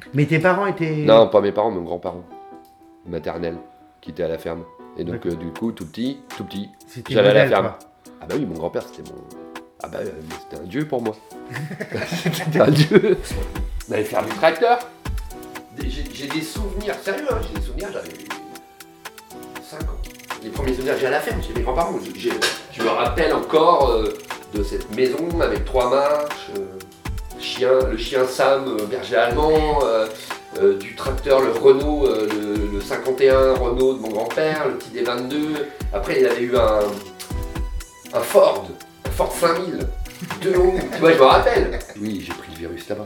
Mais tes parents étaient... Non, pas mes parents, mes grands-parents. Maternels, qui étaient à la ferme. Et donc, D'accord. du coup, tout petit, C'était j'allais à la modèle, ferme. quoi. Ah bah oui, mon grand-père, c'était mon... Ah bah, mais c'était un dieu pour moi. C'était un dieu. On allait faire du tracteur. J'ai des souvenirs, sérieux, hein, j'ai des souvenirs, j'avais 5 ans. Les premiers souvenirs, j'ai à la ferme, chez mes grands-parents. Je me rappelle encore de cette maison avec 3 marches, le chien Sam, berger allemand, du tracteur, le Renault, le 51 Renault de mon grand-père, le petit D22. Après, il avait eu un Ford 5000, 2 roues, tu vois, je me rappelle. Oui, j'ai pris le virus là-bas.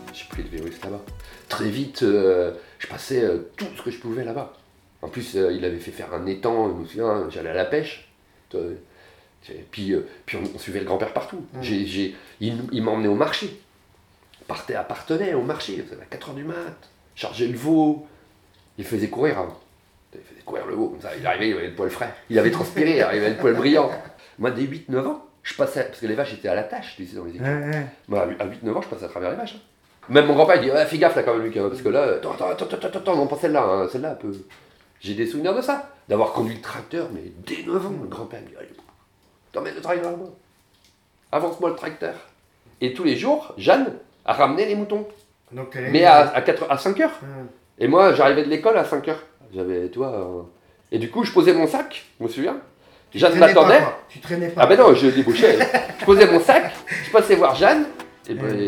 Très vite, je passais tout ce que je pouvais là-bas. En plus, il avait fait faire un étang, je me souviens, j'allais à la pêche. Puis on suivait le grand-père partout. Il m'emmenait au marché. Partenait au marché, à 4h du mat. Chargeait le veau. Il faisait courir avant. Il faisait courir le veau, comme ça. Il arrivait, il avait le poil frais. Il avait transpiré, il arrivait le poil brillant. Moi, dès 8-9 ans, je passais, parce que les vaches étaient à la tâche, tu sais, dans les équipes. Ouais. Moi, à 8-9 ans, je passais à travers les vaches. Hein. Même mon grand-père, il dit fais gaffe là quand même, Lucas, parce que là, attends, non, pas celle-là, hein, celle-là, un peu. J'ai des souvenirs de ça, d'avoir conduit le tracteur, mais dès 9 ans, le grand-père me dit allez, t'emmènes le tracteur là-bas. Avance-moi le tracteur. Et tous les jours, Jeanne a ramené les moutons. Donc, Mais à 5 heures. Hum. Et moi, j'arrivais de l'école à 5 heures. J'avais, tu vois. Et du coup, je posais mon sac, je me souviens. Jeanne m'attendait. Tu traînais pas. Ah ben non, je débouchais. Je posais mon sac, je passais voir Jeanne, et ben.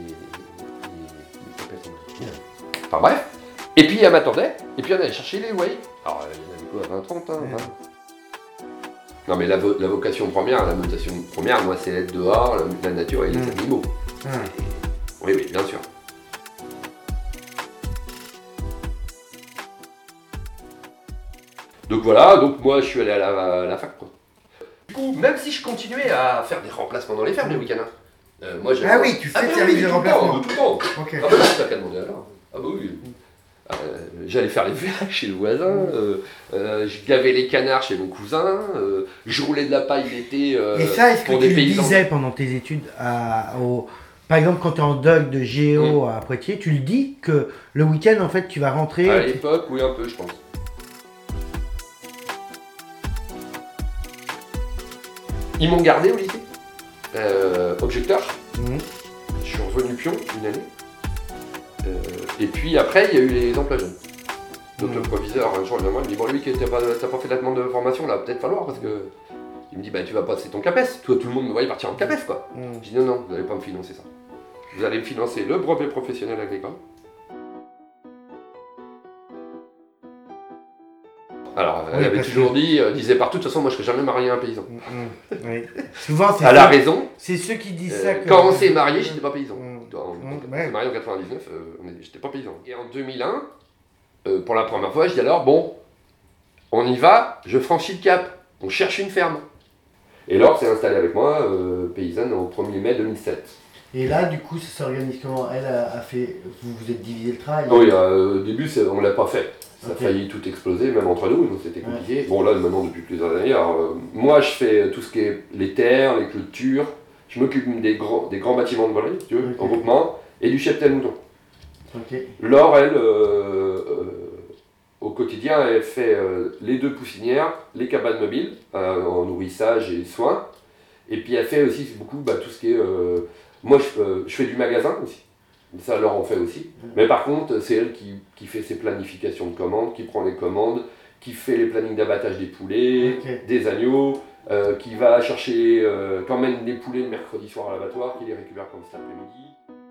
Enfin bref. Et puis elle m'attendait, et puis on allait chercher les whey. Alors il y en avait quoi, 20-30 hein, 20. Non mais la vocation première, la notation première, moi c'est être dehors, la nature et les animaux. Oui, bien sûr. Donc voilà, donc moi je suis allé à la fac quoi. Du coup, même si je continuais à faire des remplacements dans les fermes les week-ends, moi j'avais... Ah oui, tu fais le service de remplacement. Tout le temps. Ok. Ah bah non, t'as qu'à demander alors. Ah bah oui. J'allais faire les verres chez le voisin, je gavais les canards chez mon cousin, je roulais de la paille l'été Et ça, est-ce que pour tu des le paysans. disais pendant tes études par exemple, quand tu es en doc de géo à Poitiers, tu le dis que le week-end, en fait, tu vas rentrer... À l'époque, oui un peu je pense. Ils m'ont gardé au lycée, objecteur. Je suis revenu pion une année. Et puis après, il y a eu les emplois jeunes. Donc le proviseur, un jour, il vient moi, il me dit bon, lui, t'as pas fait la demande de formation, là, peut-être falloir, parce que. Il me dit bah, tu vas passer ton CAPES. Toi, tout le monde me voyait partir en CAPES, quoi. Je dis non, vous n'allez pas me financer ça. Vous allez me financer le brevet professionnel agricole. Alors, elle avait toujours dit, disait partout, de toute façon, moi, je ne serais jamais marié à un paysan. Oui. Souvent, c'est Elle a raison. C'est ceux qui disent ça que... Quand on s'est marié, j'étais pas paysan. On Ouais. s'est marié en 99, j'étais pas paysan. Et en 2001, pour la première fois, je dis alors, bon, on y va, je franchis le cap, on cherche une ferme. Et Laure s'est installée avec moi, paysanne, au 1er mai 2007. Et là, du coup, ça s'organise comment? Elle a fait... Vous vous êtes divisé le travail? Oui, au début, on l'a pas fait. Ça a Ok. failli tout exploser, même entre nous, donc c'était compliqué. Bon, là, maintenant, depuis plusieurs années, alors, moi, je fais tout ce qui est les terres, les clôtures. Je m'occupe des grands bâtiments de volaille, si tu veux, en groupement, et du cheptel mouton. Ok. Laure, elle, au quotidien, elle fait les 2 poussinières, les cabanes mobiles, en nourrissage et soins. Et puis elle fait aussi beaucoup tout ce qui est... moi, je fais du magasin aussi. Ça, Laure en fait aussi. Mais par contre, c'est elle qui fait ses planifications de commandes, qui prend les commandes, qui fait les plannings d'abattage des poulets, des agneaux, qui va chercher, qui emmène les poulets le mercredi soir à l'abattoir, qui les récupère comme cet après-midi.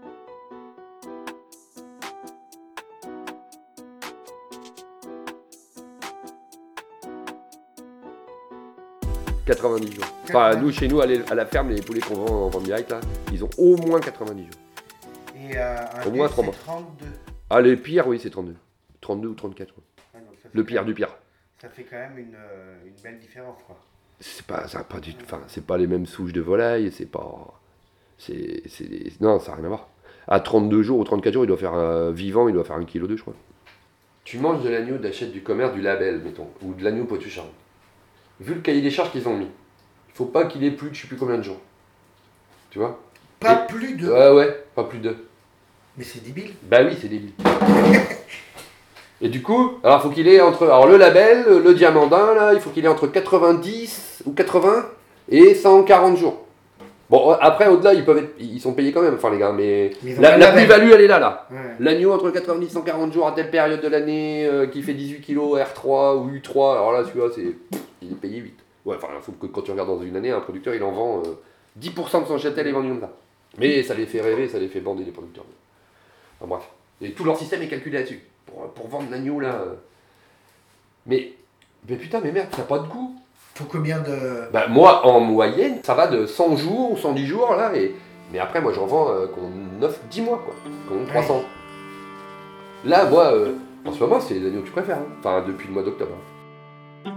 90 jours. Enfin, nous, chez nous, à la ferme, les poulets qu'on vend en vente directe, là, ils ont au moins 90 jours. Et Au moins 3 mois. 32. Ah, le pire, oui, c'est 32. 32 ou 34. Ouais. Ouais, donc ça fait Le pire quand du même- pire. Ça fait quand même une belle différence, quoi. Ça a pas du tout. Enfin, c'est pas les mêmes souches de volaille, c'est pas. Non, ça n'a rien à voir. À 32 jours ou 34 jours, il doit faire vivant, il doit faire 1,2 kg, je crois. Tu manges de l'agneau d'achète du commerce du label, mettons, ou de l'agneau Poitou-Charentes. Vu le cahier des charges qu'ils ont mis, il faut pas qu'il ait plus de je sais plus combien de jours. Tu vois? Pas plus de... Ouais, pas plus de. Mais c'est débile. Bah oui, c'est débile. Et du coup, alors faut qu'il ait entre. Alors le label, le diamandin, là, il faut qu'il ait entre 90 ou 80 et 140 jours. Bon, après, au-delà, ils sont payés quand même, enfin les gars, mais la plus-value, elle est là. Ouais. L'agneau entre 90 et 140 jours à telle période de l'année, qui fait 18 kg R3 ou U3, alors là, tu vois, il est payé 8. Ouais, enfin, il faut que quand tu regardes dans une année, un producteur, il en vend 10% de son châtel est vendu comme ça. Mais ça les fait rêver, ça les fait bander, les producteurs. Enfin, bref. Et tout leur système est calculé là-dessus. Pour vendre l'agneau, là. Mais putain, mais merde, ça n'a pas de goût. Faut combien de... Bah, moi, en moyenne, ça va de 100 jours ou 110 jours, là, mais après, moi, j'en vends qu'on 9-10 mois, quoi. Qu'on 300. Ouais. Là, moi, en ce moment, c'est les agneaux que je préfère. Hein. Enfin, depuis le mois d'octobre. Hein.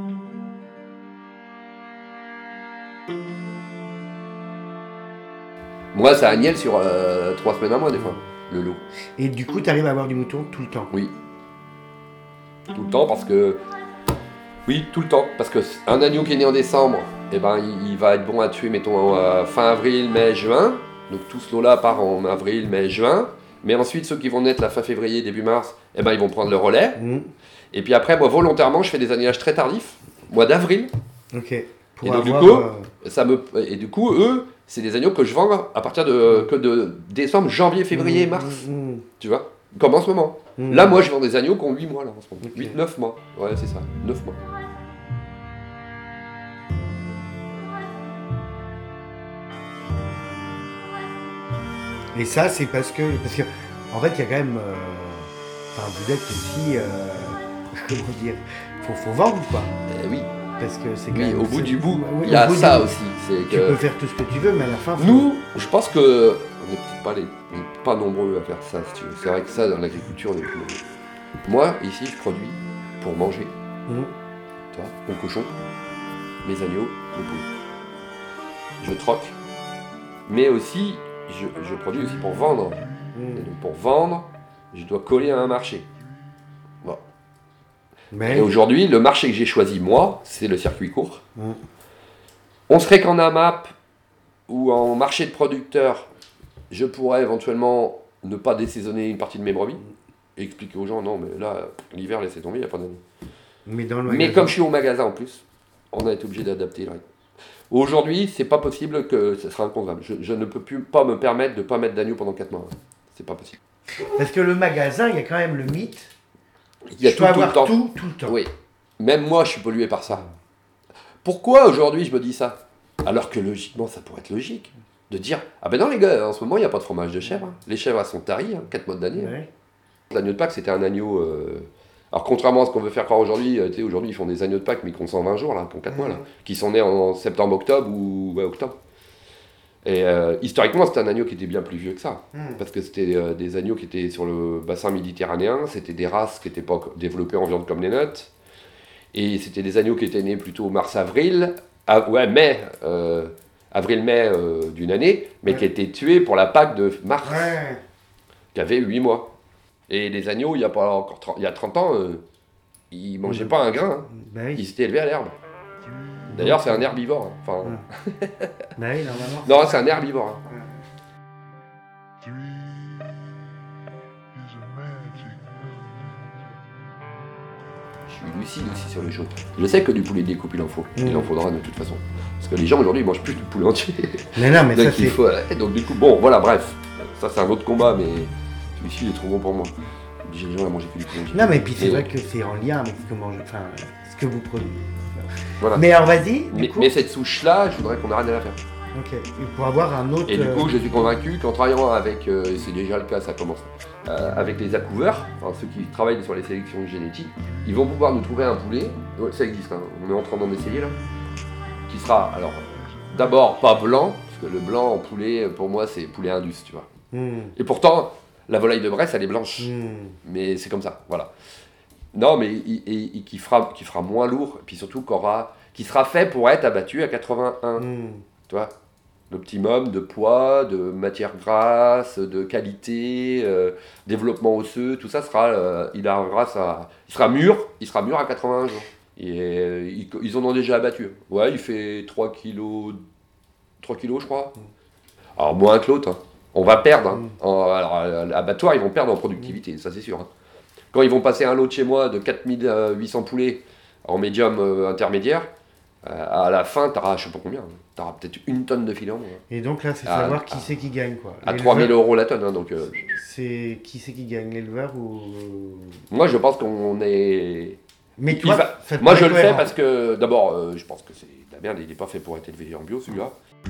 Moi, ça agnelle sur 3 semaines à mois, des fois, le lot. Et du coup, tu arrives à avoir du mouton tout le temps? Oui. Tout le temps, parce que... Oui, tout le temps. Parce qu'un agneau qui est né en décembre, eh ben, il va être bon à tuer, mettons, fin avril, mai, juin. Donc tout ce lot-là part en avril, mai, juin. Mais ensuite, ceux qui vont naître la fin février, début mars, eh ben, ils vont prendre le relais. Et puis après, moi, volontairement, je fais des agnellages très tardifs, mois d'avril. Ok. Et donc, du coup, et du coup, eux, c'est des agneaux que je vends à partir de décembre, janvier, février, mars. Tu vois, comme en ce moment. Là, moi, je vends des agneaux qui ont 8 mois, là, en ce moment. Okay. 8-9 mois. Ouais, c'est ça. 9 mois. Et ça, c'est parce que en fait, il y a quand même... Enfin, vous êtes aussi... comment dire, faut vendre, quoi. Oui. Parce que c'est quand oui, même... au bout du bout, il y a ça aussi. Tu peux faire tout ce que tu veux, mais à la fin... Nous, je pense que... On n'est peut-être pas nombreux à faire ça, si tu veux. C'est vrai que ça, dans l'agriculture, on est plus nombreux. Moi, ici, je produis pour manger. Tu vois, mon cochon, mes agneaux, mes poules. Je troque. Mais aussi... Je produis aussi pour vendre. Et donc pour vendre, je dois coller à un marché. Bon. Et aujourd'hui, le marché que j'ai choisi, moi, c'est le circuit court. On serait qu'en AMAP ou en marché de producteurs, je pourrais éventuellement ne pas désaisonner une partie de mes brebis et expliquer aux gens, non, mais là, l'hiver, laissez tomber, il n'y a pas d'année. Mais comme je suis au magasin en plus, on a été obligé d'adapter le rythme. Aujourd'hui, c'est pas possible que ce sera inconcevable. Je ne peux pas me permettre de ne pas mettre d'agneau pendant 4 mois. C'est pas possible. Parce que le magasin, il y a quand même le mythe. Il y a tout le temps. Tout le temps. Oui. Même moi, je suis pollué par ça. Pourquoi aujourd'hui je me dis ça? Alors que logiquement, ça pourrait être logique. De dire, ah ben non les gars, en ce moment, il n'y a pas de fromage de chèvre. Hein. Les chèvres, elles sont taries, 4 mois d'année. Ouais. L'agneau de Pâques, c'était un agneau... Alors contrairement à ce qu'on veut faire croire aujourd'hui, aujourd'hui ils font des agneaux de Pâques mais qui ont 120 jours, là, qui ont 4 mois, là, qui sont nés en septembre, octobre ou octobre. Et historiquement c'était un agneau qui était bien plus vieux que ça, parce que c'était des agneaux qui étaient sur le bassin méditerranéen, c'était des races qui n'étaient pas développées en viande comme les nôtres, et c'était des agneaux qui étaient nés plutôt mars-avril, avril-mai d'une année, mais qui étaient tués pour la Pâque de mars, qui avait 8 mois. Et les agneaux, il y a 30 ans, ils ne mangeaient pas un grain. Hein. Ben oui. Ils étaient élevés à l'herbe. D'ailleurs, c'est un herbivore. Hein. Enfin... Ben oui, normalement. Non, c'est un herbivore. Hein. Je suis lucide aussi sur les choses. Je sais que du poulet découpe, il en faut. Il en faudra de toute façon. Parce que les gens aujourd'hui, ils mangent plus de poulet entier. Mais non, mais donc, ça c'est... Donc du coup, bon, voilà, bref. Ça, c'est un autre combat, mais... Celui-ci, il est trop bon pour moi. Les gens à manger que du poulet. Non, mais puis c'est vrai que c'est en lien avec ce que mange, enfin, ce que vous produisez. Voilà. Mais alors vas-y. Mais cette souche-là, je voudrais qu'on arrête de la faire. Ok. Et pour avoir un autre. Et du coup, je suis convaincu qu'en travaillant avec, et c'est déjà le cas, ça commence, avec les accouveurs, enfin, ceux qui travaillent sur les sélections génétiques, ils vont pouvoir nous trouver un poulet. Ça existe, hein, on est en train d'en essayer là. Qui sera, alors, d'abord pas blanc, parce que le blanc en poulet, pour moi, c'est poulet indus, tu vois. Et pourtant. La volaille de Bresse, elle est blanche, mais c'est comme ça, voilà. Non, mais qui fera moins lourd, et puis surtout qui sera fait pour être abattu à 81, tu vois. L'optimum de poids, de matière grasse, de qualité, développement osseux, tout ça sera, il sera mûr à 81 jours. Et ils en ont déjà abattu. Ouais, il fait 3 kilos, je crois. Alors moins que l'autre, hein. On va perdre. Hein. Alors, l'abattoir, ils vont perdre en productivité, ça c'est sûr. Hein. Quand ils vont passer un lot de chez moi de 4800 poulets en médium intermédiaire, à la fin, tu auras je sais pas combien, tu auras peut-être 1 tonne de filet en moins. Et donc là, c'est savoir qui c'est qui gagne, quoi. À 3000 € la tonne, hein, donc... C'est qui c'est qui gagne, l'éleveur ou... Moi, je pense qu'on est... Mais toi, moi, je le fais parce que, d'abord, je pense que c'est de la merde, il n'est pas fait pour être élevé en bio, celui-là.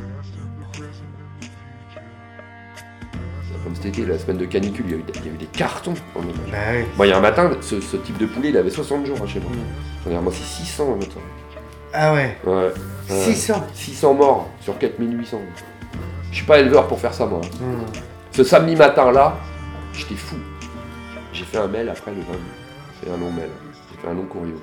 Comme cet été, la semaine de canicule, il y a eu des cartons en élevage. Bah ouais. Moi, il y a un matin, ce type de poulet, il avait 60 jours hein, chez moi. Regarde, moi, c'est 600 maintenant. Ah ouais. 600 600 morts sur 4800. Je suis pas éleveur pour faire ça, moi. Ce samedi matin-là, j'étais fou. J'ai fait un mail après le 20. J'ai fait un long mail. J'ai fait un long courrier.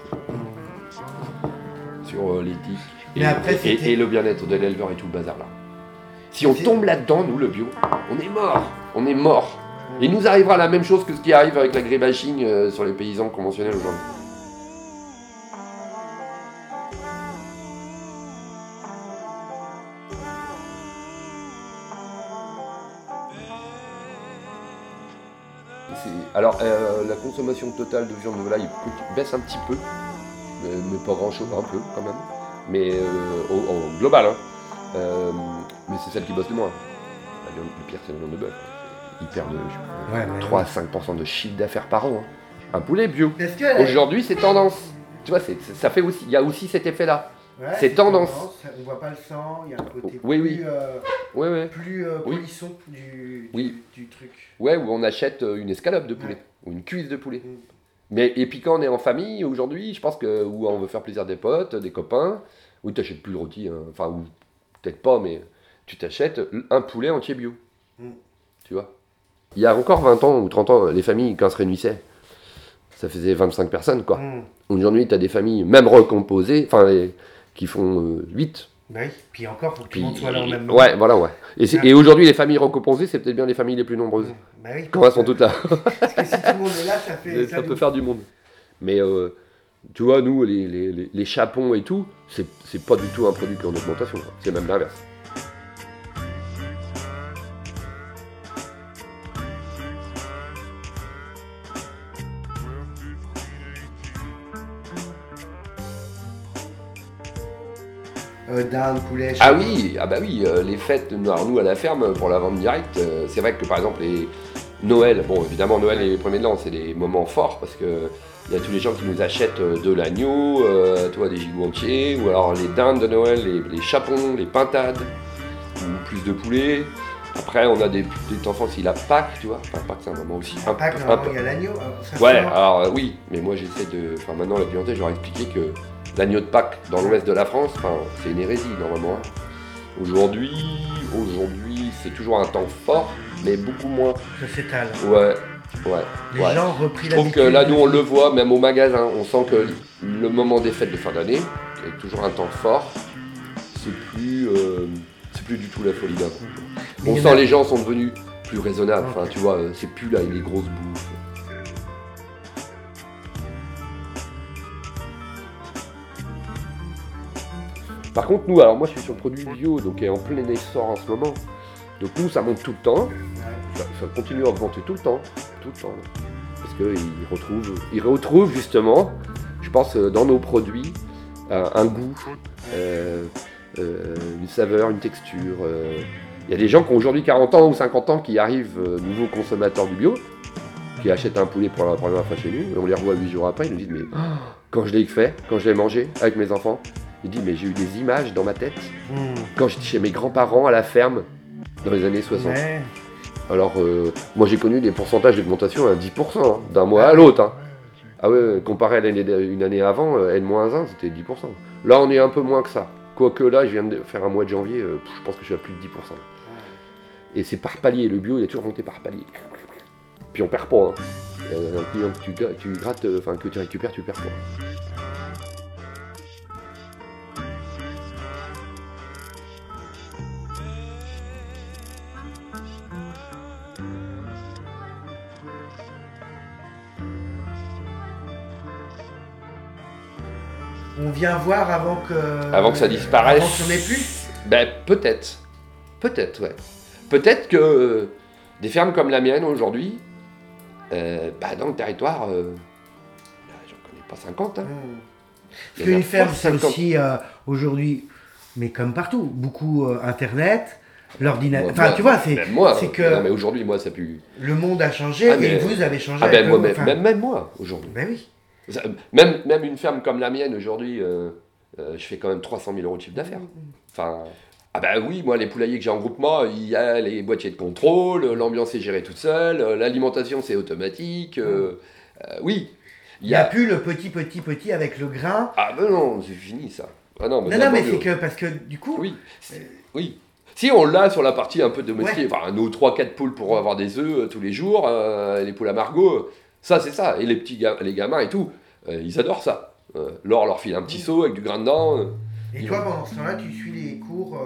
Sur l'éthique et le bien-être de l'éleveur et tout le bazar là. Si on tombe là-dedans, nous, le bio, on est mort. On est mort. Et il nous arrivera la même chose que ce qui arrive avec l'agribashing sur les paysans conventionnels aujourd'hui. Alors, la consommation totale de viande de volaille baisse un petit peu, mais pas grand-chose, un peu quand même. Mais au global, hein. Mais c'est celle qui bosse le moins. Le pire, c'est la viande de bœuf. Ils perdent 3 à 5% de chiffre d'affaires par an. Hein. Un poulet bio. Aujourd'hui, c'est tendance. Tu vois, ça fait aussi, il y a aussi cet effet-là. Ouais, c'est tendance. On voit pas le sang, il y a un côté plus polisson du truc. Ouais, où on achète une escalope de poulet, ou une cuisse de poulet. Et puis quand on est en famille, aujourd'hui, je pense que où on veut faire plaisir des potes, des copains, où tu n'achètes plus de rôti, hein, enfin, ou peut-être pas, mais tu t'achètes un poulet entier bio. Tu vois. Il y a encore 20 ans ou 30 ans, les familles, quand elles se réunissaient, ça faisait 25 personnes, quoi. Aujourd'hui, tu as des familles, même recomposées, enfin, qui font 8. Oui, puis encore, pour que tout le monde soit là en même moment. Ouais, voilà, ouais. Et aujourd'hui, les familles recomposées, c'est peut-être bien les familles les plus nombreuses. Bah oui, quand elles sont toutes là. Parce que si tout le monde est là, ça peut faire du monde. Mais tu vois, nous, les chapons et tout, c'est pas du tout un produit qui est en augmentation. C'est même l'inverse. Dinde, poulet, ah oui, les fêtes, alors nous à la ferme, pour la vente directe, c'est vrai que par exemple les Noël, bon évidemment Noël et les premiers de l'an, c'est des moments forts parce que il y a tous les gens qui nous achètent de l'agneau, des gigots entiers, ou alors les dindes de Noël, les chapons, les pintades, ou plus de poulet. Après on a des enfants aussi la Pâques, tu vois, enfin Pâques c'est un moment aussi un peu. Il y a l'agneau. Ouais, alors oui, mais moi j'essaie de, enfin maintenant la clientèle, je leur ai expliqué que l'agneau de Pâques dans l'ouest de la France, c'est une hérésie normalement. Aujourd'hui, c'est toujours un temps fort, mais beaucoup moins. Ça s'étale. Ouais. Les gens ont repris l'habitude. Je trouve que là, nous, on le voit, même au magasin, on sent que le moment des fêtes de fin d'année, qui est toujours un temps fort, c'est plus du tout la folie d'avant. On sent les gens sont devenus plus raisonnables. Enfin, tu vois, c'est plus là les grosses bouffes. Par contre, nous, alors moi je suis sur le produit bio, donc est en plein essor en ce moment. Donc nous, ça monte tout le temps, ça continue à augmenter tout le temps. Parce qu'ils retrouvent justement, je pense, dans nos produits, un goût, une saveur, une texture. Il y a des gens qui ont aujourd'hui 40 ans ou 50 ans qui arrivent, nouveaux consommateurs du bio, qui achètent un poulet pour la première fois chez nous, et on les revoit 8 jours après, ils nous disent, mais quand je l'ai fait, quand je l'ai mangé avec mes enfants, il dit mais j'ai eu des images dans ma tête quand j'étais chez mes grands-parents à la ferme dans les années 60. Ouais. Alors moi j'ai connu des pourcentages d'augmentation à 10% d'un mois à l'autre. Hein. Ah ouais, comparé à une année avant, N-1 c'était 10%. Là on est un peu moins que ça. Quoique là je viens de faire un mois de janvier, je pense que je suis à plus de 10%. Et c'est par palier, le bio il est toujours monté par palier. Puis on perd pas. Hein. Un client que tu grattes, que tu récupères, tu perds pas. On vient voir avant que ça disparaisse. Avant qu'il n'y en ait plus. Ben peut-être, ouais. Peut-être que Des fermes comme la mienne aujourd'hui, dans le territoire, j'en connais pas 50. Hein. Parce qu'une ferme, c'est aussi aujourd'hui, mais comme partout, beaucoup Internet, l'ordinateur. Enfin, tu vois, c'est que. Non, mais aujourd'hui, moi, ça pue. Le monde a changé et vous avez changé. Même moi, aujourd'hui. Ben oui. Même une ferme comme la mienne, aujourd'hui, je fais quand même 300 000 € de chiffre d'affaires. Enfin. Ah ben oui, moi les poulaillers que j'ai en groupement, il y a les boîtiers de contrôle, l'ambiance est gérée toute seule, l'alimentation c'est automatique, oui. Il n'y a plus le petit avec le grain. Ah ben non, c'est fini ça. Ah non, mais c'est que parce que du coup... Oui, oui. Si on l'a sur la partie un peu domestique, enfin nos 3-4 poules pour avoir des œufs tous les jours, les poules à Margot, ça c'est ça. Et les gamins et tout, ils adorent ça. Laure leur file un petit seau avec du grain dedans. Et toi, pendant ce temps-là, tu suis les cours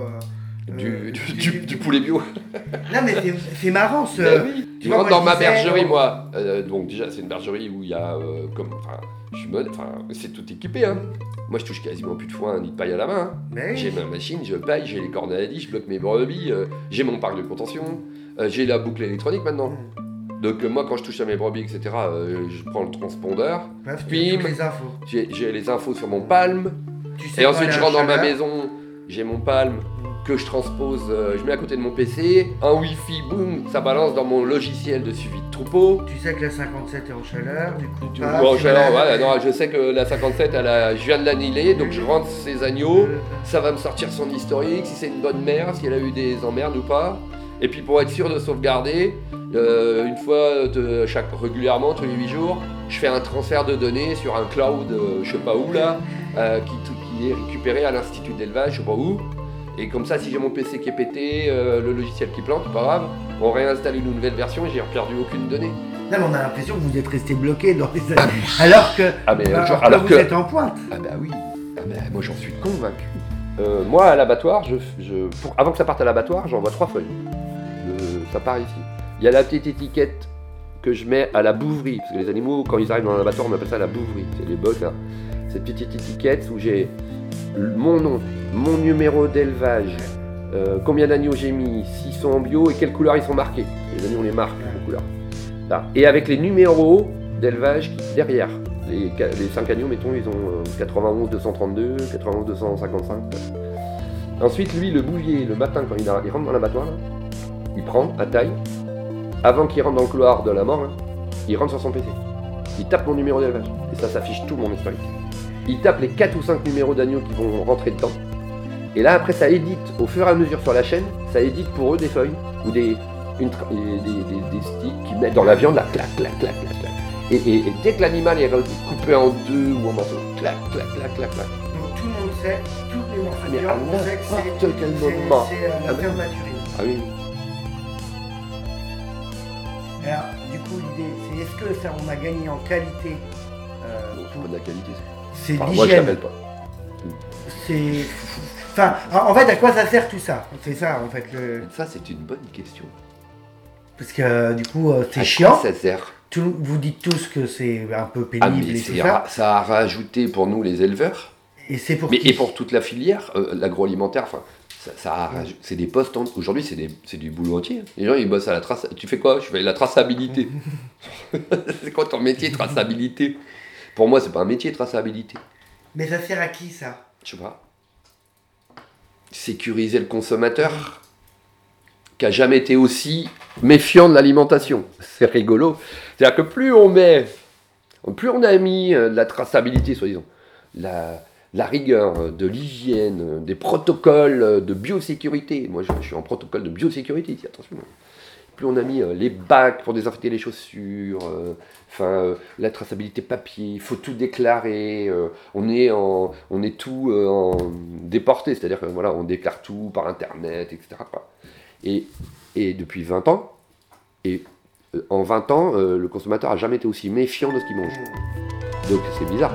du poulet bio. Non, mais c'est marrant ce. Oui. Tu rentres dans ma bergerie, moi. Donc, déjà, c'est une bergerie où il y a. Je suis mode. C'est tout équipé. Hein. Moi, je touche quasiment plus de foin ni de paille à la main. Hein. J'ai ma machine, je paille, j'ai les cordes à la je bloque mes brebis, j'ai mon parc de contention, j'ai la boucle électronique maintenant. Donc moi quand je touche à mes brebis, etc., je prends le transpondeur, puis j'ai les infos sur mon palme, et ensuite je rentre dans ma maison, j'ai mon palme que je transpose, je mets à côté de mon PC, un wifi, boum, ça balance dans mon logiciel de suivi de troupeau. Tu sais que la 57 est en chaleur, du coup je sais que la 57, je viens de l'annihiler, donc je rentre ses agneaux, ça va me sortir son historique, si c'est une bonne mère, si elle a eu des emmerdes ou pas. Et puis pour être sûr de sauvegarder, une fois régulièrement, tous les 8 jours, je fais un transfert de données sur un cloud, je sais pas où là, qui est récupéré à l'institut d'élevage, je sais pas où. Et comme ça, si j'ai mon PC qui est pété, le logiciel qui plante, pas grave, on réinstalle une nouvelle version et j'ai perdu aucune donnée. Non, mais on a l'impression que vous êtes resté bloqué dans les années. Alors que vous êtes en pointe. Ah bah oui, moi j'en suis convaincu. Moi à l'abattoir, avant que ça parte à l'abattoir, j'envoie 3 feuilles. Ça part ici. Il y a la petite étiquette que je mets à la bouverie, parce que les animaux, quand ils arrivent dans l'abattoir, on appelle ça la bouverie. C'est les bottes là. Cette petite étiquette où j'ai mon nom, mon numéro d'élevage, combien d'agneaux j'ai mis, s'ils sont en bio et quelle couleur ils sont marqués. Les agneaux on les marque, les couleurs. Là. Et avec les numéros d'élevage derrière. Les 5 agneaux, mettons, ils ont 91 232, 91 255. Ensuite, lui, le bouvier, le matin, quand il rentre dans l'abattoir, là, il prend à taille, avant qu'il rentre dans le couloir de la mort, là, il rentre sur son PC. Il tape mon numéro d'élevage. Et ça s'affiche tout mon historique. Il tape les 4 ou 5 numéros d'agneaux qui vont rentrer dedans. Et là, après, ça édite au fur et à mesure sur la chaîne, ça édite pour eux des feuilles ou des sticks qu'ils mettent dans la viande, là, clac, clac, clac, clac, clac. Et dès que l'animal est coupé en deux ou en morceaux, clac, clac, clac, clac, clac. Donc tout le monde sait, tous les morceaux de viande, on sait que c'est la viande maturée. Ah oui. Alors, du coup, l'idée, c'est est-ce que ça, on a gagné en qualité Non, c'est pas de la qualité. C'est l'hygiène. Moi, je l'appelle pas. C'est... Enfin, en fait, à quoi ça sert tout ça? C'est ça, en fait. Ça, c'est une bonne question. Parce que, du coup, c'est chiant. À quoi ça sert? Vous dites tous que c'est un peu pénible et tout ça. Ça a rajouté pour nous, les éleveurs. Et c'est pour et pour toute la filière, l'agroalimentaire, enfin... c'est des postes, aujourd'hui c'est du boulot entier. Les gens ils bossent à la trace. Tu fais quoi? Je fais la traçabilité. C'est quoi ton métier, traçabilité? Pour moi c'est pas un métier, traçabilité. Mais ça sert à qui ça? Je sais pas. Sécuriser le consommateur qui a jamais été aussi méfiant de l'alimentation. C'est rigolo. C'est-à-dire que plus on a mis de la traçabilité, soi-disant, la rigueur, de l'hygiène, des protocoles de biosécurité. Moi, je suis en protocole de biosécurité ici, attention. Plus on a mis les bacs pour désinfecter les chaussures, la traçabilité papier, il faut tout déclarer, on est tout déporté, c'est-à-dire que voilà, on déclare tout par internet, etc. Et depuis 20 ans, en 20 ans, le consommateur n'a jamais été aussi méfiant de ce qu'il mange. Donc c'est bizarre.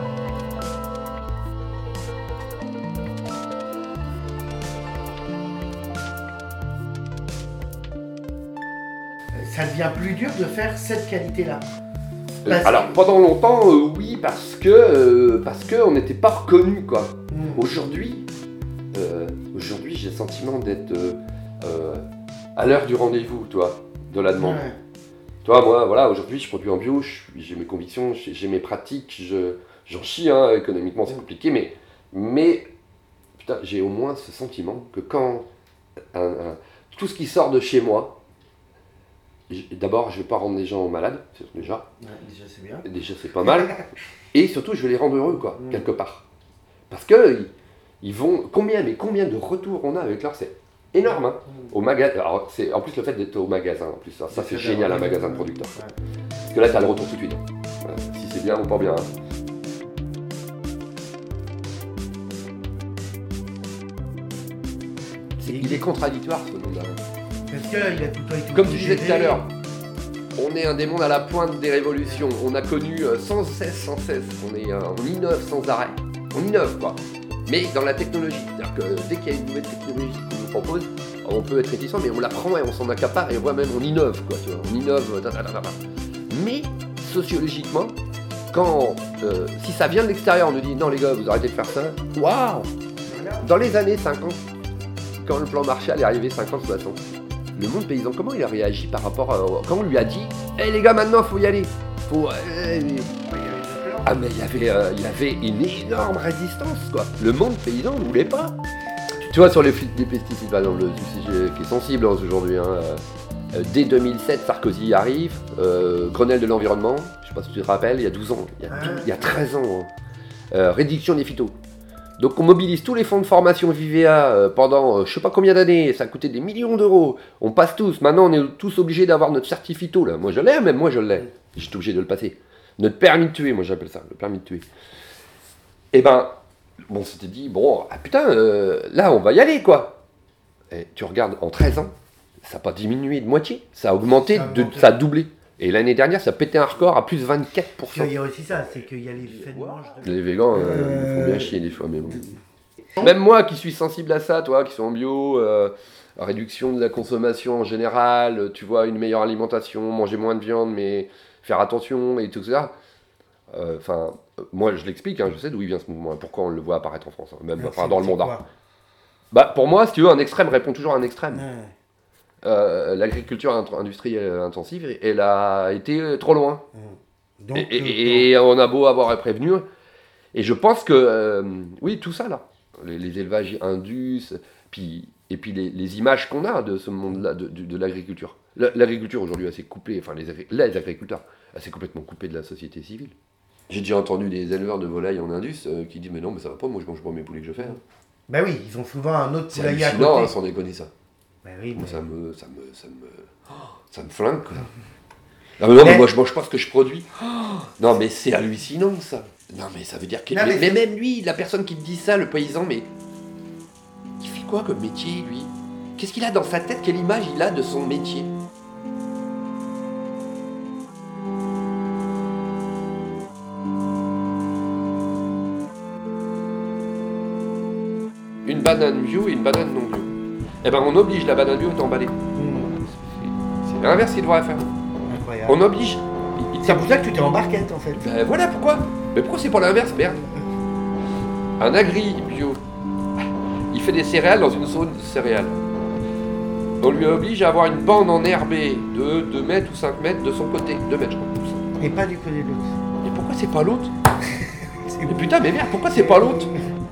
Ça devient plus dur de faire cette qualité-là. Alors pendant longtemps, oui, parce que on n'était pas reconnu quoi. Aujourd'hui, j'ai le sentiment d'être à l'heure du rendez-vous, toi. de la demande. Ouais. Toi, moi, voilà, aujourd'hui, je produis en bio, j'ai mes convictions, j'ai mes pratiques, j'en chie, hein, économiquement, c'est compliqué, mais putain, j'ai au moins ce sentiment que quand tout ce qui sort de chez moi, d'abord, je ne vais pas rendre les gens malades, déjà. Ouais, déjà, c'est bien. Déjà, c'est pas mal. Et surtout, je vais les rendre heureux, quoi, quelque part. Parce que ils vont. Combien de retours on a avec leur. C'est énorme, hein. Au magasin. Alors, en plus, le fait d'être au magasin, en plus, ça c'est génial, un magasin de producteurs. Ouais. Parce que là, tu as le retour tout de suite. Voilà. Si c'est bien ou pas bien. Hein. Il est contradictoire, ce monde-là. Parce qu'il a tout le temps été. Comme tu disais tout à l'heure, on est un des mondes à la pointe des révolutions. On a connu sans cesse. On innove sans arrêt. On innove, quoi. Mais dans la technologie. C'est-à-dire que dès qu'il y a une nouvelle technologie qu'on nous propose, on peut être réticent, mais on la prend et on s'en accapare et même on innove, quoi. Tu vois. On innove. Mais sociologiquement, si ça vient de l'extérieur, on nous dit non, les gars, vous arrêtez de faire ça. Waouh! Dans les années 50, quand le plan Marshall est arrivé 50-60, le monde paysan, comment il a réagi par rapport à... Quand on lui a dit « Hey les gars, maintenant, faut y aller !» Ah mais il y avait une énorme résistance, quoi. Le monde paysan ne voulait pas. Tu vois, sur les pesticides, par exemple, le sujet qui est sensible aujourd'hui, hein, dès 2007, Sarkozy arrive, Grenelle de l'environnement, je sais pas si tu te rappelles, il y a 12 ans, il y a 13 ans, hein. Réduction des phytos. Donc on mobilise tous les fonds de formation Vivea pendant je sais pas combien d'années, ça a coûté des millions d'euros, on passe tous, maintenant on est tous obligés d'avoir notre certificato là, moi je l'ai, même moi je l'ai, j'étais obligé de le passer. Notre permis de tuer, moi j'appelle ça, le permis de tuer. Et ben, bon, on s'était dit, bon, ah putain, là on va y aller quoi. Et tu regardes, en 13 ans, ça n'a pas diminué de moitié, ça a augmenté, ça a doublé. Et l'année dernière, ça a pété un record à plus 24%. Il y a aussi ça, c'est qu'il y a les faits de manche. Les végans, ils font bien chier des fois, mais bon. Même moi qui suis sensible à ça, toi qui suis en bio, réduction de la consommation en général, tu vois, une meilleure alimentation, manger moins de viande, mais faire attention et tout ça. Enfin, moi je l'explique, hein, je sais d'où il vient ce mouvement, pourquoi on le voit apparaître en France, hein, même dans le monde. Bah, pour moi, si tu veux, un extrême répond toujours à un extrême. L'agriculture industrielle intensive, elle a été trop loin. Donc, et on a beau avoir prévenu. Et je pense que, oui, tout ça là, les élevages indus, et puis les images qu'on a de ce monde-là, de l'agriculture. L'agriculture aujourd'hui, elle s'est coupée, enfin les agriculteurs, elle s'est complètement coupée de la société civile. J'ai déjà entendu des éleveurs de volailles en indus qui disent mais non, mais ça va pas, moi je mange pas mes poulets que je fais. Hein. Bah oui, ils ont souvent un autre poulailler à côté. C'est hallucinant, hein, sans déconner ça. Bah oui, moi, ça me flingue quoi. Ah mais non, mais moi je mange pas ce que je produis. Non mais c'est hallucinant ça. Non mais ça veut dire que... Mais même lui, la personne qui te dit ça, le paysan, mais... Il fait quoi comme métier lui? Qu'est-ce qu'il a dans sa tête? Quelle image il a de son métier? Une banane bio et une banane non bio. Eh ben on oblige la banane bio à être emballée. C'est l'inverse qu'il devrait faire. Incroyable. On oblige. C'est pour ça que tu t'es en barquette en fait. Ben voilà pourquoi. Mais pourquoi c'est pas l'inverse, merde? Un agri bio, il fait des céréales dans une zone de céréales. On lui oblige à avoir une bande enherbée de 2 mètres ou 5 mètres de son côté. 2 mètres je crois. Et pas du côté de l'autre. Et pourquoi c'est pas l'autre? Mais putain mais merde, pourquoi c'est pas l'autre?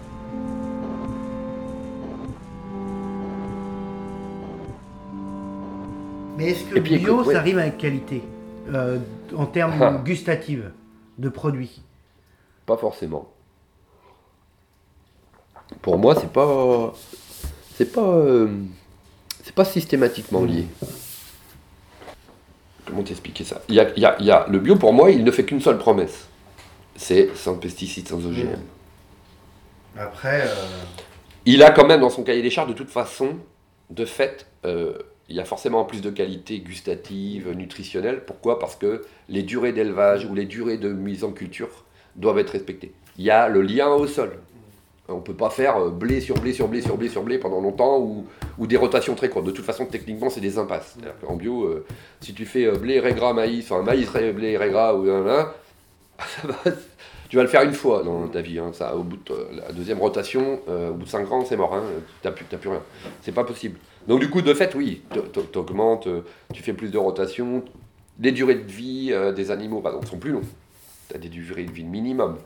Mais est-ce que bio, ça rime avec qualité en termes gustatifs de produits? Pas forcément. Pour moi, c'est pas systématiquement lié. Comment t'expliquer ça? Il y a le bio pour moi, il ne fait qu'une seule promesse. C'est sans pesticides, sans OGM. Après, il a quand même dans son cahier des charges de toute façon, de fait. Il y a forcément plus de qualité gustative, nutritionnelle. Pourquoi? Parce que les durées d'élevage ou les durées de mise en culture doivent être respectées. Il y a le lien au sol. On ne peut pas faire blé sur blé sur blé sur blé sur blé pendant longtemps ou des rotations très courtes. De toute façon, techniquement, c'est des impasses. En bio, si tu fais blé, raies gras, maïs, enfin maïs, blé, raies gras, ou ça va, Tu vas le faire une fois dans ta vie, hein, ça, au bout de la deuxième rotation, au bout de 5 ans, c'est mort, hein, t'as plus rien. C'est pas possible. Donc du coup, de fait, oui, t'augmentes, tu fais plus de rotations, les durées de vie des animaux, par exemple, sont plus longues. T'as des durées de vie minimum.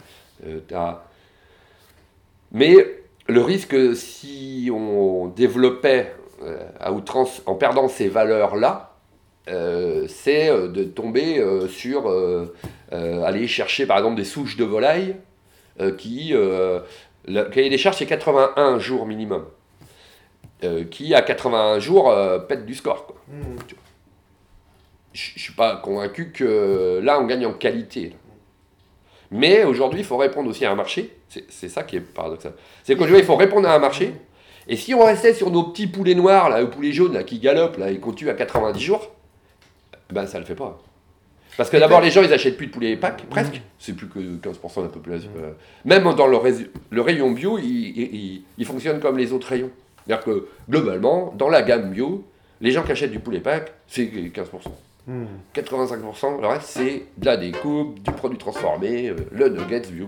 Mais le risque, si on développait à outrance, en perdant ces valeurs-là, c'est de tomber sur aller chercher par exemple des souches de volailles qui, le cahier des charges c'est 81 jours minimum, qui à 81 jours pète du score, quoi. Je ne suis pas convaincu que là on gagne en qualité. Là. Mais aujourd'hui il faut répondre aussi à un marché, c'est ça qui est paradoxal. C'est qu'aujourd'hui il faut répondre à un marché, et si on restait sur nos petits poulets noirs, là, ou poulets jaunes là, qui galopent là, et qu'on tue à 90 jours, ben ça le fait pas. Parce que d'abord les gens ils achètent plus de poulet pack, presque, c'est plus que 15% de la population. Même dans le rayon bio, il fonctionne comme les autres rayons. C'est-à-dire que globalement, dans la gamme bio, les gens qui achètent du poulet pack, c'est 15%. 85%, le reste c'est de la découpe, du produit transformé, le nuggets bio.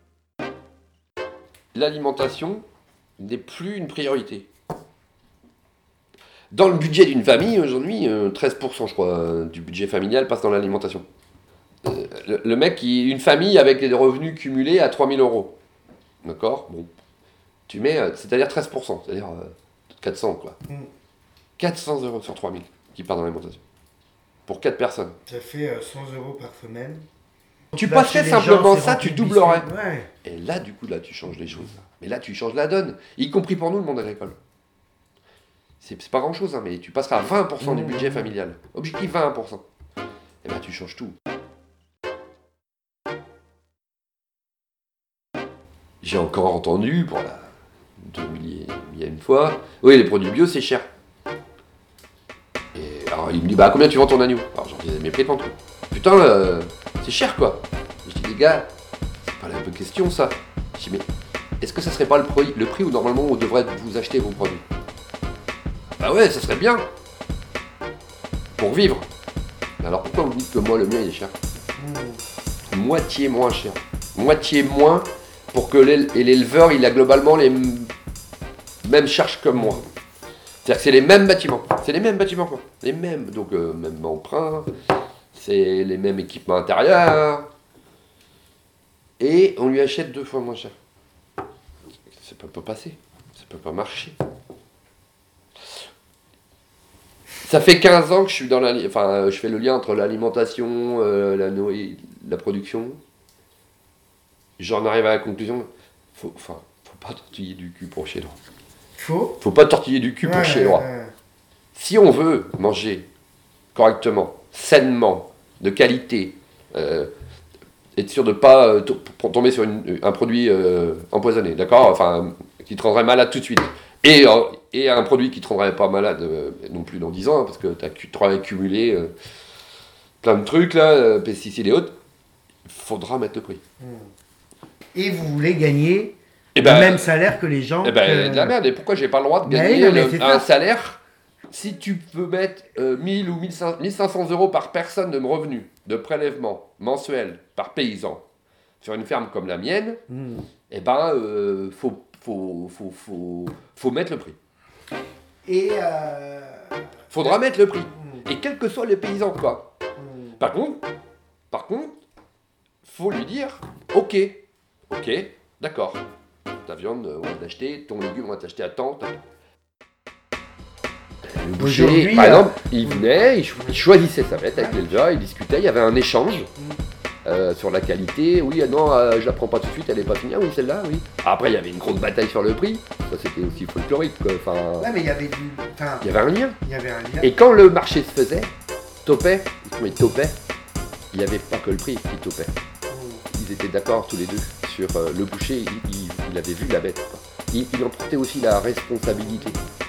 L'alimentation n'est plus une priorité. Dans le budget d'une famille, aujourd'hui, 13% je crois du budget familial passe dans l'alimentation. Le mec, une famille avec des revenus cumulés à 3 000 euros. D'accord ? Bon. Tu mets, c'est-à-dire 13%, c'est-à-dire 400 quoi. 400 euros sur 3 000 qui part dans l'alimentation. Pour 4 personnes. Ça fait 100 euros par semaine. Tu passerais simplement gens, ça, tu doublerais. Ouais. Et là, du coup, là, tu changes les choses. Mais là, tu changes la donne, y compris pour nous, le monde agricole. C'est pas grand-chose, hein, mais tu passeras à 20% du budget familial. Objectif 20%. Et ben, tu changes tout. J'ai encore entendu, pour la 2000e fois, oui, les produits bio, c'est cher. Et alors, il me dit, bah, combien tu vends ton agneau ? Alors, j'en disais, mais prix de vente. Putain, c'est cher, quoi. Je dis, les gars, c'est pas la bonne question, ça. Je dis, mais est-ce que ça serait pas le prix où normalement on devrait vous acheter vos produits ? Bah ouais, ça serait bien. Pour vivre. Alors pourquoi vous dites que moi, le mien, il est cher ? Moitié moins cher. Moitié moins pour que l'éleveur, il a globalement les mêmes charges que moi. C'est-à-dire que c'est les mêmes bâtiments. C'est les mêmes bâtiments, quoi. Les mêmes. Donc, même emprunt. C'est les mêmes équipements intérieurs. Et on lui achète 2 fois moins cher. Ça peut pas passer. Ça peut pas marcher. Ça fait 15 ans que je suis dans je fais le lien entre l'alimentation, la production. J'en arrive à la conclusion, faut pas tortiller du cul pour chez droit. Faut pas tortiller du cul pour chez droit. Si on veut manger correctement, sainement, de qualité, être sûr de ne pas tomber sur un produit empoisonné, d'accord ? Enfin, qui te rendrait malade tout de suite. Et un produit qui ne te rendrait pas malade non plus dans 10 ans, hein, parce que tu auras accumulé plein de trucs, là, pesticides et autres, il faudra mettre le prix. Et vous voulez gagner le même salaire que les gens. De la merde, et pourquoi j'ai pas le droit de gagner un salaire si tu peux mettre 1000 ou 1500 euros par personne de revenus, de prélèvement mensuel par paysan sur une ferme comme la mienne, faut mettre le prix. Faudra mettre le prix. Et quel que soit le paysan, quoi. Par contre, faut lui dire, ok, d'accord. Ta viande, on va l'acheter, ton légume, on va t'acheter à temps. Le boucher, par exemple, il venait, il choisissait sa bête avec l'éleveur, il discutait, il y avait un échange sur la qualité. Oui, non, je la prends pas tout de suite, elle est pas finie. Ah oui, celle-là, oui. Après, il y avait une grosse bataille sur le prix. Ça, c'était aussi folklorique, quoi. Ouais, mais il y avait il y avait un lien. Il y avait un lien. Et quand le marché se faisait, il n'y avait pas que le prix qui topait. Ils étaient d'accord tous les deux sur le boucher, il avait vu la bête, quoi. Il en portait aussi la responsabilité.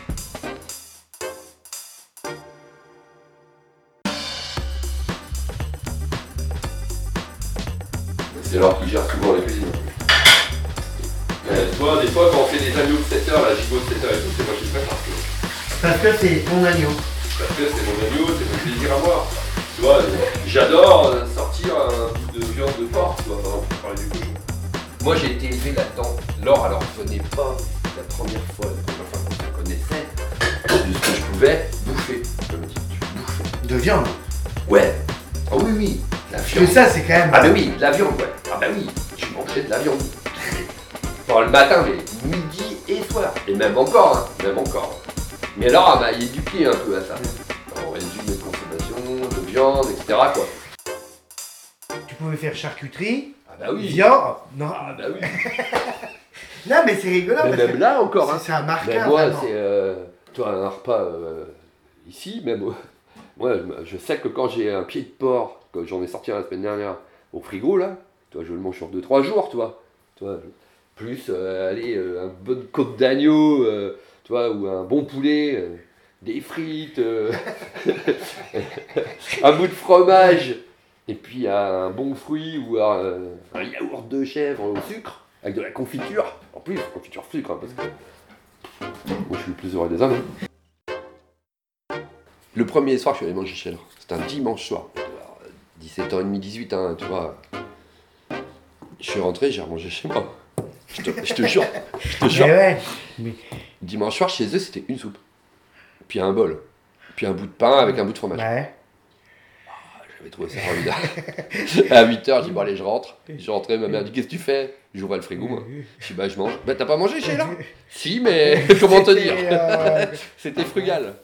C'est l'heure qui gère souvent la cuisine. Des fois, quand on fait des agneaux de 7 heures, la gigot de 7 heures et tout, c'est moi qui le prépare. Parce que c'est ton agneau. Parce que c'est mon agneau, c'est mon plaisir à voir. Tu vois, j'adore sortir un bout de viande de porc, tu vois, par exemple, pour parler du cochon. Moi j'ai été élevé là-dedans. Laure alors venait pas la première fois qu'on se connaissait, de ce que je pouvais bouffer. Je me dis, tu bouffes. De viande. Ouais. Ah oui, oui. La Parce viande. que ça, c'est quand même. Ah ben oui, de la viande, ouais. Ah ben oui, je mangeais de la viande. Bon, le matin, mais midi et soir. Et même encore, hein, même encore. Mais alors, elle m'a éduqué un peu à ça. On réduit mes consommations de viande, etc. quoi. Tu pouvais faire charcuterie, Ah bah oui. viande. Non, Ah bah oui. non mais c'est rigolo. Mais parce même que là encore, hein. c'est un marqueur. Mais moi, vraiment. c'est toi un repas ici, même. Moi, je sais que quand j'ai un pied de porc, que j'en ai sorti la semaine dernière au frigo là, toi, je le mange sur 2-3 jours, toi. Plus allez, une bonne côte d'agneau, tu vois, ou un bon poulet, des frites, un bout de fromage, et puis un bon fruit ou un yaourt de chèvre au sucre, avec de la confiture. En plus, confiture sucre, hein, parce que moi je suis le plus heureux des hommes. Hein. Le premier soir, je suis allé manger chez Laure. C'était un dimanche soir. 17h30, 18h, hein, tu vois. Je suis rentré, j'ai remangé chez moi. Je te jure. Mais ouais. Mais... Dimanche soir, chez eux, c'était une soupe. Puis un bol. Puis un bout de pain avec un bout de fromage. Ouais. J'avais trouvé ça formidable. À 8h, j'ai dit, bon allez, je rentre. Je suis rentré, ma mère dit, qu'est-ce que tu fais? J'ouvrais le frigo, moi. Je dis, bah je mange. Bah t'as pas mangé chez là? Si, mais comment te dire? C'était frugal.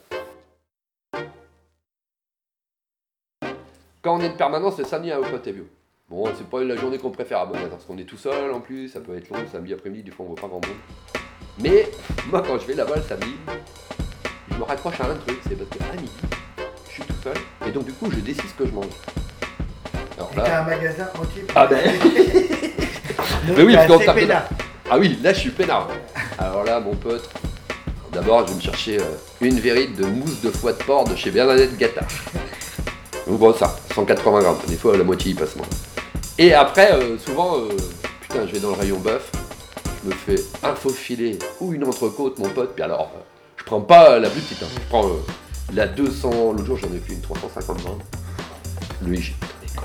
Quand on est de permanence, le samedi à Opotevio. Bon, c'est pas la journée qu'on préfère à Bonnet, parce qu'on est tout seul en plus, ça peut être long le samedi après-midi, des fois on voit pas grand monde. Mais moi quand je vais là-bas le samedi, je me raccroche à un truc, c'est parce qu'à midi, je suis tout seul, et donc du coup je décide ce que je mange. Alors là... T'as un magasin entier. Ah ben mais oui, parce qu'on tape dedans. Ah oui, là je suis peinard. Alors là mon pote, d'abord je vais me chercher une vérite de mousse de foie de porc de chez Bernadette Gattard. Donc bon ça, 180 grammes, des fois la moitié y passe moi. Et après, souvent, putain, je vais dans le rayon bœuf, je me fais un faux filet ou une entrecôte, mon pote, puis alors, je prends pas la plus petite, hein, je prends la 200, l'autre jour j'en ai pris une 350 grammes. Lui, j'ai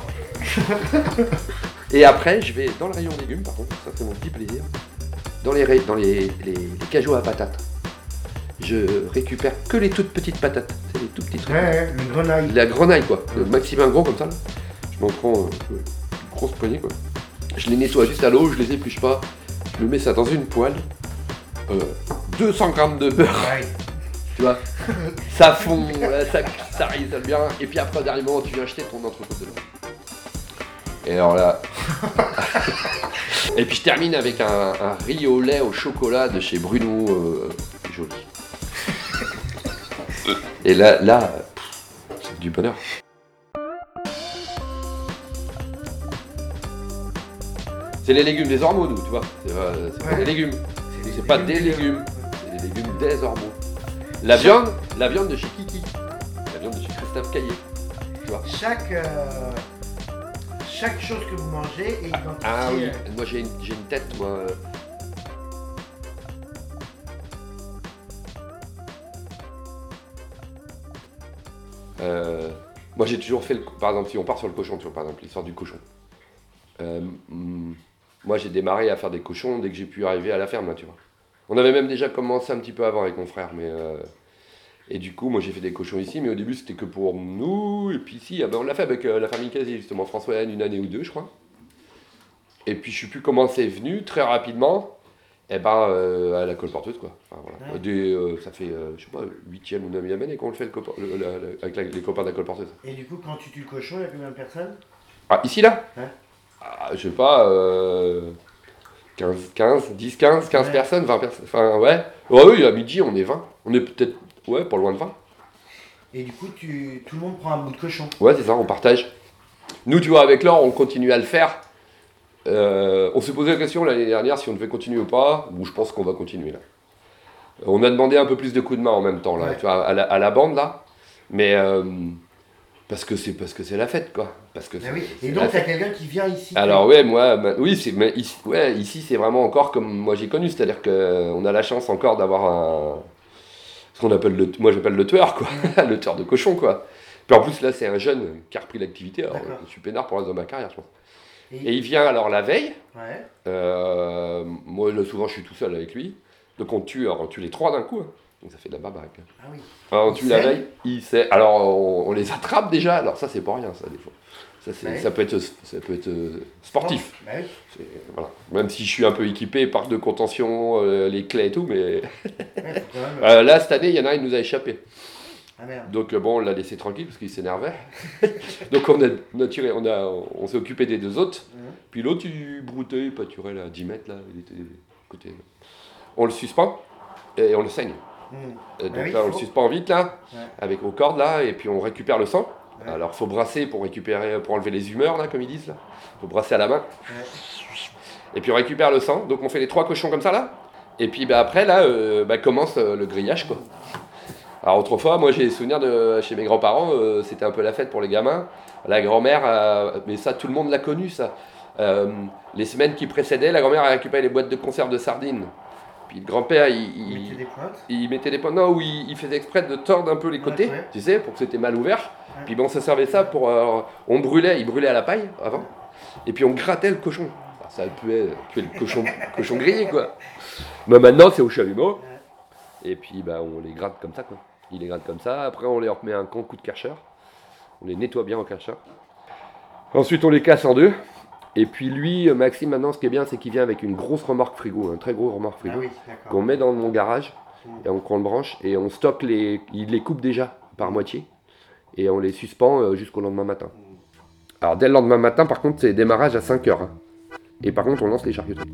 Et après, je vais dans le rayon légumes, par contre, ça fait mon petit plaisir, dans les cajots à patates. Je récupère que les toutes petites patates, c'est les tout petits trucs. Ouais, le grenaille. La grenaille, quoi, le maximum gros comme ça, là. Je m'en prends... grosse poignée quoi. Je les nettoie juste à l'eau, je les épluche pas, je me mets ça dans une poêle, 200 grammes de beurre, Ouais. tu vois, ça fond, ça risole bien, et puis après, dernier moment, tu viens acheter ton entrecôte dedans. Et alors là, et puis je termine avec un riz au lait au chocolat de chez Bruno, joli. Et là, c'est du bonheur. C'est les légumes des ormeaux, nous, tu vois. C'est pas des légumes. C'est pas des légumes. C'est des légumes des ormeaux. La viande de chez Kiki. La viande de chez Christophe Caillé. Tu vois. Chaque chose que vous mangez est identifiée. Ah oui, moi j'ai une tête, moi. Moi j'ai toujours fait, par exemple, si on part sur le cochon, tu vois, par exemple, l'histoire du cochon. Moi j'ai démarré à faire des cochons dès que j'ai pu arriver à la ferme, là, tu vois. On avait même déjà commencé un petit peu avant avec mon frère, mais... Et du coup, moi j'ai fait des cochons ici, mais au début c'était que pour nous, et puis ici, on l'a fait avec la famille Casier, justement, François Yann, une année ou deux, je crois. Et puis je sais plus comment c'est venu, très rapidement, à la colporteuse, quoi. Enfin, voilà. Ouais. Ça fait, je sais pas, 8e ou 9e année qu'on le fait avec les copains de la colporteuse. Et du coup, quand tu tues le cochon, il y a combien de personnes? Ah, ici, là? Ouais. Ah, je sais pas, 10, 15 personnes, 20 personnes, enfin ouais. Ouais, oui, à midi on est 20, on est peut-être, ouais, pas loin de 20. Et du coup, tout le monde prend un bout de cochon. Ouais, c'est ça, on partage. Nous, tu vois, avec Laure, on continue à le faire. On s'est posé la question l'année dernière si on devait continuer ou pas, ou je pense qu'on va continuer là. On a demandé un peu plus de coups de main en même temps, là, ouais. Tu vois, à la bande, là, mais parce que c'est la fête, quoi. Parce que oui. Et donc, t'as quelqu'un qui vient ici. Alors, ouais, moi, oui, ici, c'est vraiment encore comme moi j'ai connu, c'est-à-dire qu'on a la chance encore d'avoir ce qu'on appelle moi j'appelle le tueur, quoi, le tueur de cochon, quoi. Puis en plus, là, c'est un jeune qui a repris l'activité, alors je suis peinard pour le reste de ma carrière, je pense. Et il vient alors la veille. Ouais. Moi, là, souvent, je suis tout seul avec lui. Donc on tue les 3 d'un coup. Hein. Donc ça fait de la babaque. Ah oui. Alors, on tue la veille. Alors on les attrape déjà. Alors ça, c'est pas rien, ça, des fois. Ça peut être sportif. Bah oui. Voilà. Même si je suis un peu équipé, parc de contention, les clés et tout, mais Ouais, là, cette année, il y en a un, il nous a échappé. ah merde. Donc bon, on l'a laissé tranquille parce qu'il s'énervait. Donc on s'est occupé des 2 autres. Puis l'autre, il broutait, il pâturait là, à 10 mètres, là, il était côté. On le suspend et on le saigne. Donc oui, là, on le suspend vite là, Ouais. avec aux cordes là, et puis on récupère le sang. Ouais. Alors il faut brasser pour enlever les humeurs là, comme ils disent là. Faut brasser à la main. Ouais. Et puis on récupère le sang. Donc on fait les 3 cochons comme ça là. Et puis après là, commence le grillage quoi. Alors autrefois, moi j'ai des souvenirs de chez mes grands-parents, c'était un peu la fête pour les gamins. La grand-mère, mais ça tout le monde l'a connu ça. Les semaines qui précédaient, la grand-mère a récupéré les boîtes de conserve de sardines. Puis le grand-père, il mettait des pointes. Non, où il faisait exprès de tordre un peu les côtés, Ouais. tu sais, pour que c'était mal ouvert. Ouais. Puis bon, ça servait ça pour... il brûlait à la paille avant. Et puis on grattait le cochon. Alors, ça puait le cochon grillé quoi. Mais maintenant c'est au chalumeau. Et puis on les gratte comme ça quoi. Il les gratte comme ça. Après on les remet un grand coup de karcher. On les nettoie bien en karcher. Ensuite on les casse en 2. Et puis lui, Maxime, maintenant, ce qui est bien, c'est qu'il vient avec une grosse remorque frigo, un très gros remorque frigo, Ah oui, d'accord. qu'on met dans mon garage, et on le branche, et on stocke il les coupe déjà par moitié, et on les suspend jusqu'au lendemain matin. Alors dès le lendemain matin, par contre, c'est démarrage à 5h. Hein. Et par contre, on lance les charcuteries.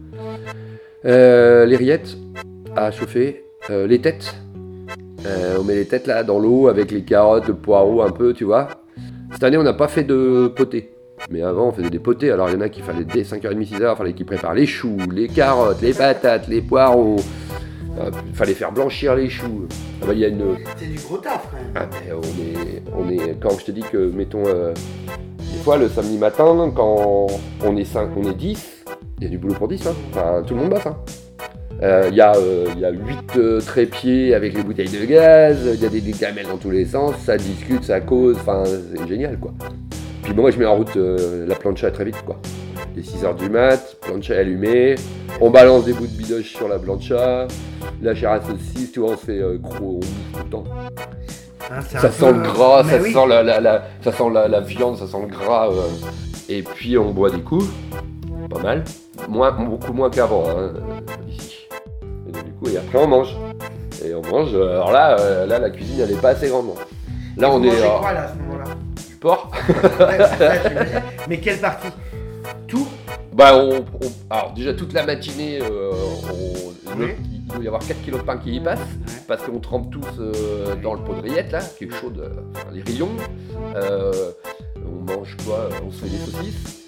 Les rillettes à chauffer, les têtes. On met les têtes là dans l'eau avec les carottes, le poireau un peu, tu vois. Cette année, on n'a pas fait de poté. Mais avant, on faisait des potés. Alors, il y en a qui fallait dès 5h30, 6h, il fallait qu'ils préparent les choux, les carottes, les patates, les poireaux. Il fallait faire blanchir les choux. Il y a une... C'est du gros taf quand même. Ah, mais on est... Quand je te dis que, mettons, des fois, le samedi matin, quand on est 10, il y a du boulot pour 10. Hein. Enfin, tout le monde bosse. Hein. Il y a 8 trépieds avec les bouteilles de gaz, il y a des gamelles dans tous les sens, ça discute, ça cause, enfin, c'est génial, quoi. Puis moi je mets en route la plancha très vite quoi. Les 6h du mat, plancha allumée, on balance des bouts de bidoche sur la plancha, la chair à saucisse, tu vois, on se fait gros, on bouffe tout le temps. Hein, Ça sent le gras, ça sent la viande, ça sent le gras. Et puis on boit des coups, pas mal, beaucoup moins qu'avant hein, ici. Et donc, du coup, et après on mange. Et on mange, alors là la cuisine elle est pas assez grande. Là on est... quoi là à ce moment-là? Porc. Ouais, c'est ça, j'imagine. Mais quelle partie? Tout? Alors déjà toute la matinée, Oui. il doit y avoir 4 kilos de pain qui y passent, parce qu'on trempe tous dans le pot de rillettes là, qui est chaude, les rayons. On mange quoi? On se fait des saucisses.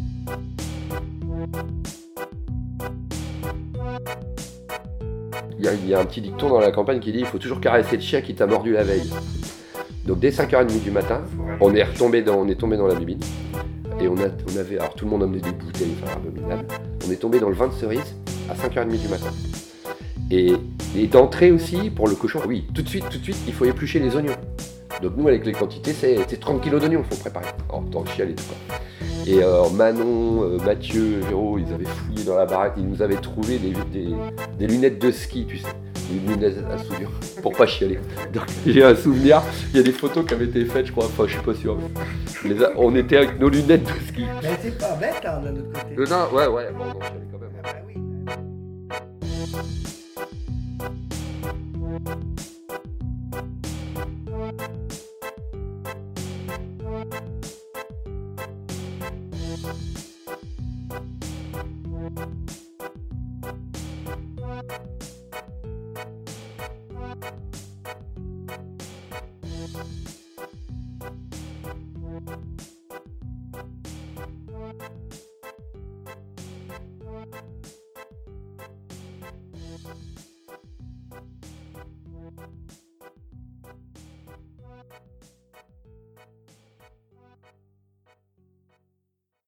Il y a un petit dicton dans la campagne qui dit il faut toujours caresser le chien qui t'a mordu la veille. Donc dès 5h30 du matin, on est tombé dans la bibine. Et on avait, alors tout le monde amenait des bouteilles, enfin abominables. On est tombé dans le vin de cerise à 5h30 du matin. Et d'entrée aussi, pour le cochon, oui, tout de suite, il faut éplucher les oignons. Donc nous, avec les quantités, c'est 30 kilos d'oignons qu'il faut préparer. En tant que chial et tout quoi. Et Manon, Mathieu, Véro, ils avaient fouillé dans la baraque, ils nous avaient trouvé des lunettes de ski, tu sais. Des lunettes à soudure, pour pas chialer. Donc j'ai un souvenir, il y a des photos qui avaient été faites, je crois, enfin je suis pas sûr. Mais on était avec nos lunettes de ski. Mais c'est pas bête hein, d'un autre côté. Non, ouais, bon, non, je chialais quand même. Ah bah oui.